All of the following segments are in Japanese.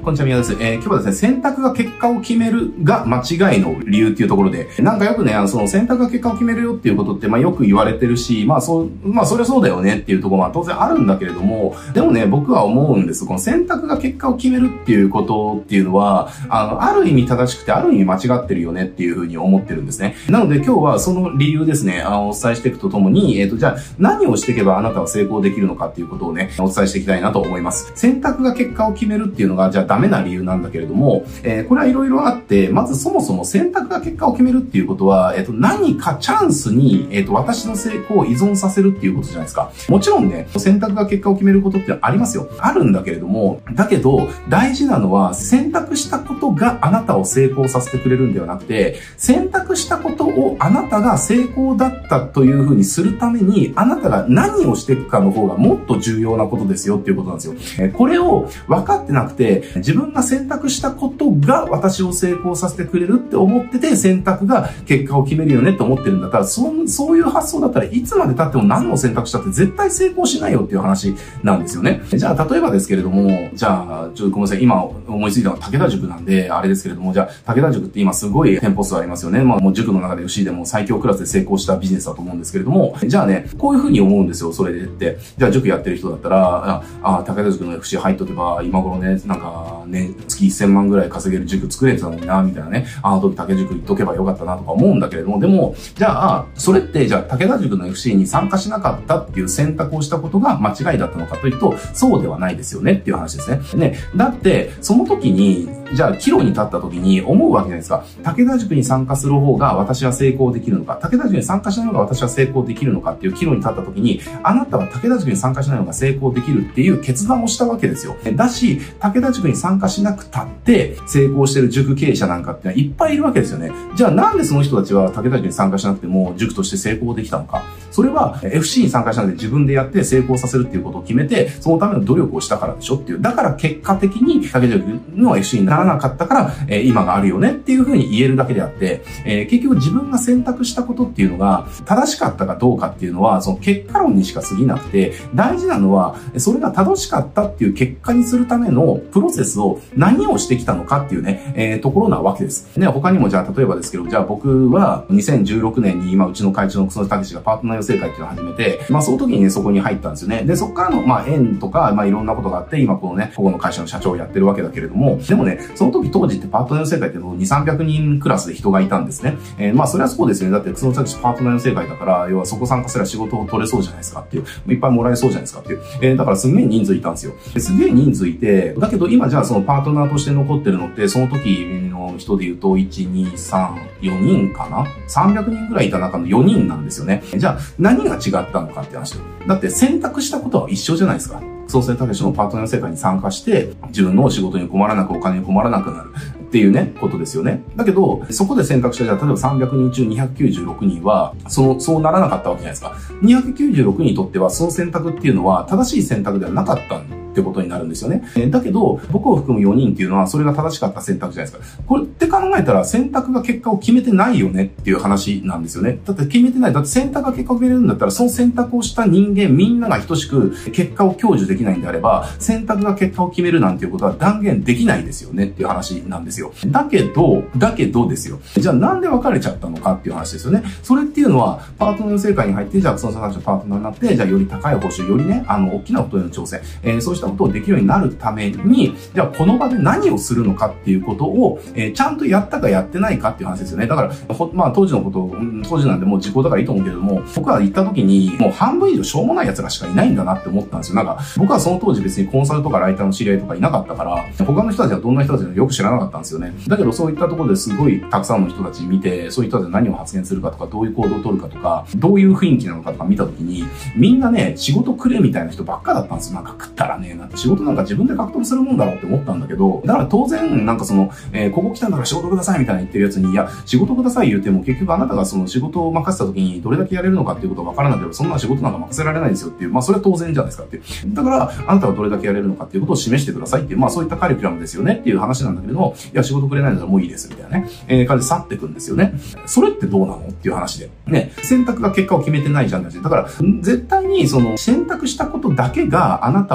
こんにちは、宮です。今日はですね、選択が結果を決めるが間違いの理由っていうところで、なんかよくね、その選択が結果を決めるよっていうことって、よく言われてるし、そりゃそうだよねっていうところは当然あるんだけれども、でもね、僕は思うんです。この選択が結果を決めるっていうことっていうのは、ある意味正しくて、ある意味間違ってるよねっていうふうに思ってるんですね。なので今日はその理由ですね、お伝えしていくとともに、じゃあ何をしていけばあなたは成功できるのかっていうことをね、お伝えしていきたいなと思います。選択が結果を決めるっていうのが、じゃあダメな理由なんだけれども、これはいろいろあって、まずそもそも選択が結果を決めるっていうことは、何かチャンスに、私の成功を依存させるっていうことじゃないですか。もちろんね、選択が結果を決めることってありますよ。あるんだけれども、だけど、大事なのは、選択したことがあなたを成功させてくれるんではなくて、選択したことをあなたが成功だったというふうにするために、あなたが何をしていくかの方がもっと重要なことですよっていうことなんですよ。これを分かってなくて、自分が選択したことが私を成功させてくれるって思ってて、選択が結果を決めるよねって思ってるんだったら、そういう発想だったらいつまで経っても何の選択したって絶対成功しないよっていう話なんですよね。じゃあ例えばですけれども、じゃあごめんなさい、今思いついたのは武田塾なんであれですけれども、じゃあ武田塾って今すごい店舗数ありますよね。もう塾の中で FC でも最強クラスで成功したビジネスだと思うんですけれども、じゃあね、こういう風に思うんですよ、それでって。じゃあ塾やってる人だったら、武田塾の FC 入っとけば今頃ね、なんかね、月1000万ぐらい稼げる塾作れてたのにな、みたいなね、あの時武塾行っとけばよかったなとか思うんだけれども、でも、じゃあ、それって、じゃあ武田塾の FC に参加しなかったっていう選択をしたことが間違いだったのかというと、そうではないですよねっていう話ですね。ね、だって、その時に、じゃあ、岐路に立った時に思うわけじゃないですか。武田塾に参加する方が私は成功できるのか、武田塾に参加しない方が私は成功できるのかっていう岐路に立った時に、あなたは武田塾に参加しない方が成功できるっていう決断をしたわけですよ。だし、武田塾に参加しなくたって成功してる塾経営者なんかってのはいっぱいいるわけですよね。じゃあなんでその人たちは武田塾に参加しなくても塾として成功できたのか。それは FC に参加しないで自分でやって成功させるっていうことを決めて、そのための努力をしたからでしょっていう。だから結果的に武田塾の FC にならなかったから、今があるよねっていうふうに言えるだけであって、結局自分が選択したことっていうのが正しかったかどうかっていうのは、その結果論にしか過ぎなくて、大事なのは、それが正しかったっていう結果にするためのプロセスを何をしてきたのかっていうね、ところなわけです。ね、他にもじゃあ例えばですけど、じゃあ僕は2016年に今うちの会長の楠野武がパートナー養成会っていうのを始めて、その時にね、そこに入ったんですよね。で、そこからの、縁とか、いろんなことがあって、今ここの会社の社長をやってるわけだけれども、でもね、その時当時ってパートナー養成会って2、300人クラスで人がいたんですね。それはそうですよね。だって楠野武パートナー養成会だから、要はそこ参加すれば仕事を取れそうじゃないですかっていう、いっぱいもらえそうじゃないですかっていう。だからすげえ人数いたんですよ。すげえ人数いて、だけど今じゃあそのパートナーとして残ってるのって、その時の人で言うと、1、2、3、4人かな ?300 人ぐらいいた中の4人なんですよね。じゃあ何が違ったのかって話。だって選択したことは一緒じゃないですか。創生たけしのパートナーの世界に参加して、自分の仕事に困らなく、お金に困らなくなるっていうね、ことですよね。だけど、そこで選択した、じゃあ、例えば300人中296人は、そうならなかったわけじゃないですか。296人にとっては、その選択っていうのは、正しい選択ではなかったってことになるんですよね。だけど、僕を含む4人っていうのは、それが正しかった選択じゃないですか。これって考えたら、選択が結果を決めてないよねっていう話なんですよね。だって決めてない。だって選択が結果を決めれるんだったら、その選択をした人間みんなが等しく結果を享受できないんであれば、選択が結果を決めるなんていうことは断言できないですよねっていう話なんですよ。だけどですよ。じゃあなんで別れちゃったのかっていう話ですよね。それっていうのは、パートナー養成会に入って、じゃあその人たちのパートナーになって、じゃあより高い報酬、よりね、大きなことへの挑戦、そうしたことをできるようになるために、じゃあこの場で何をするのかっていうことを、ちゃんとやったかやってないかっていう話ですよね。だから、当時のことを、当時なんでもう時効だからいいと思うけれども、僕は行った時に、もう半分以上しょうもない奴らしかいないんだなって思ったんですよ。なんか、僕はその当時別にコンサルとかライターの知り合いとかいなかったから、他の人たちはどんな人たちなのかよく知らなかったんですよね。だけどそういったところですごいたくさんの人たち見て、そういった人たち何を発言するかとか、どういう行動を取るかとか、どういう雰囲気なのかとか見た時に、みんなね、仕事くれみたいな人ばっかだったんですよ。なんか食ったらね、なんて仕事なんか自分で獲得するもんだろうって思ったんだけど、だから当然、なんかここ来たんだから仕事くださいみたいな言ってるやつに、いや、仕事ください言うても結局あなたがその仕事を任せた時にどれだけやれるのかっていうことがわからなければ、そんな仕事なんか任せられないですよっていう、それは当然じゃないですかっていう。だから、あなたがどれだけやれるのかっていうことを示してくださいっていう、そういったカリキュラムですよねっていう話なんだけれども、いや、仕事くれないならもういいですみたいなね、感じで去ってくんですよね。それってどうなのっていう話で。ね、選択が結果を決めてないじゃんって話。だから、絶対に選択したことだけがあなたの結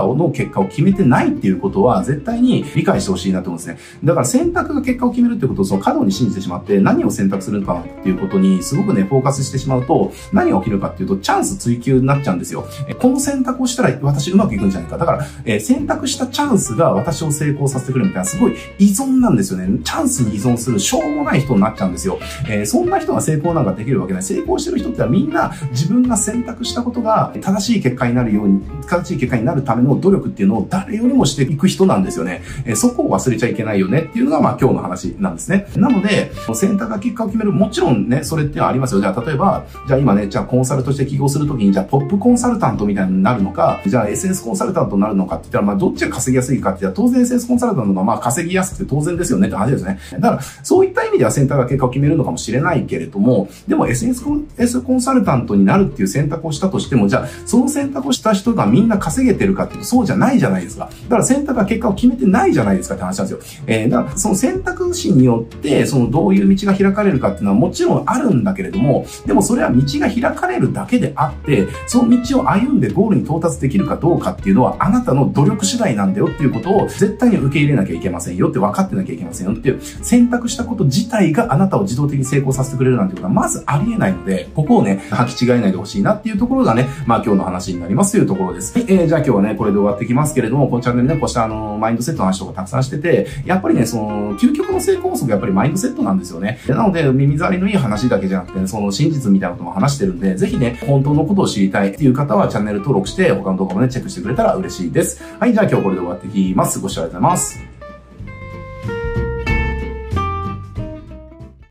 結果を決めてないっていうことは絶対に理解してほしいなと思うんですね。だから選択が結果を決めるってことをその過度に信じてしまって何を選択するのかっていうことにすごくね、フォーカスしてしまうと何が起きるかっていうとチャンス追求になっちゃうんですよ。この選択をしたら私うまくいくんじゃないか。だから、選択したチャンスが私を成功させてくるみたいなすごい依存なんですよね。チャンスに依存するしょうもない人になっちゃうんですよ。そんな人が成功なんかできるわけない。成功してる人ってのはみんな自分が選択したことが正しい結果になるように、正しい結果になるための努力っていうのを誰よりもしていく人なんですよね。そこを忘れちゃいけないよねっていうのが今日の話なんですね。なので、選択が結果を決める。もちろんね、それってのはありますよ。じゃあ例えば、じゃあ今ね、じゃあコンサルとして起業するときに、じゃあトップコンサルタントみたいになるのか、じゃあ SS コンサルタントになるのかって言ったら、どっちが稼ぎやすいかって言ったら、当然 SS コンサルタントが稼ぎやすくて当然ですよねって話ですね。だから、そういった意味では選択が結果を決めるのかもしれないけれども、でも SS コンサルタントになるっていう選択をしたとしても、じゃあ、その選択をした人がみんな稼げてるかっていうと、そうじゃないじゃないですか。だから選択が結果を決めてないじゃないですかって話なんですよ。だからその選択肢によって、どういう道が開かれるかっていうのはもちろんあるんだけれども、でもそれは道が開かれるだけであって、その道を歩んでゴールに到達できるかどうかっていうのは、あなたの努力次第なんだよっていうことを絶対に受け入れなきゃいけませんよって分かってなきゃいけませんよっていう、選択したこと自体があなたを自動的に成功させてくれるなんてことはまずありえないので、ここをね、履き違えないでほしいなっていうところがね、今日の話になりますというところです。じゃあ今日はね、これで終わってきますけれども、このチャンネルね、こうしたマインドセットの話とかたくさんしてて、やっぱりね、究極の成功則がやっぱりマインドセットなんですよね。なので、耳障りのいい話だけじゃなくて、真実みたいなことも話してるんで、ぜひね、本当のことを知りたいっていう方はチャンネル登録して、他の動画もね、チェックしてくれたら嬉しいです。はい、じゃあ今日これで終わってきます。ご視聴ありがとうございます。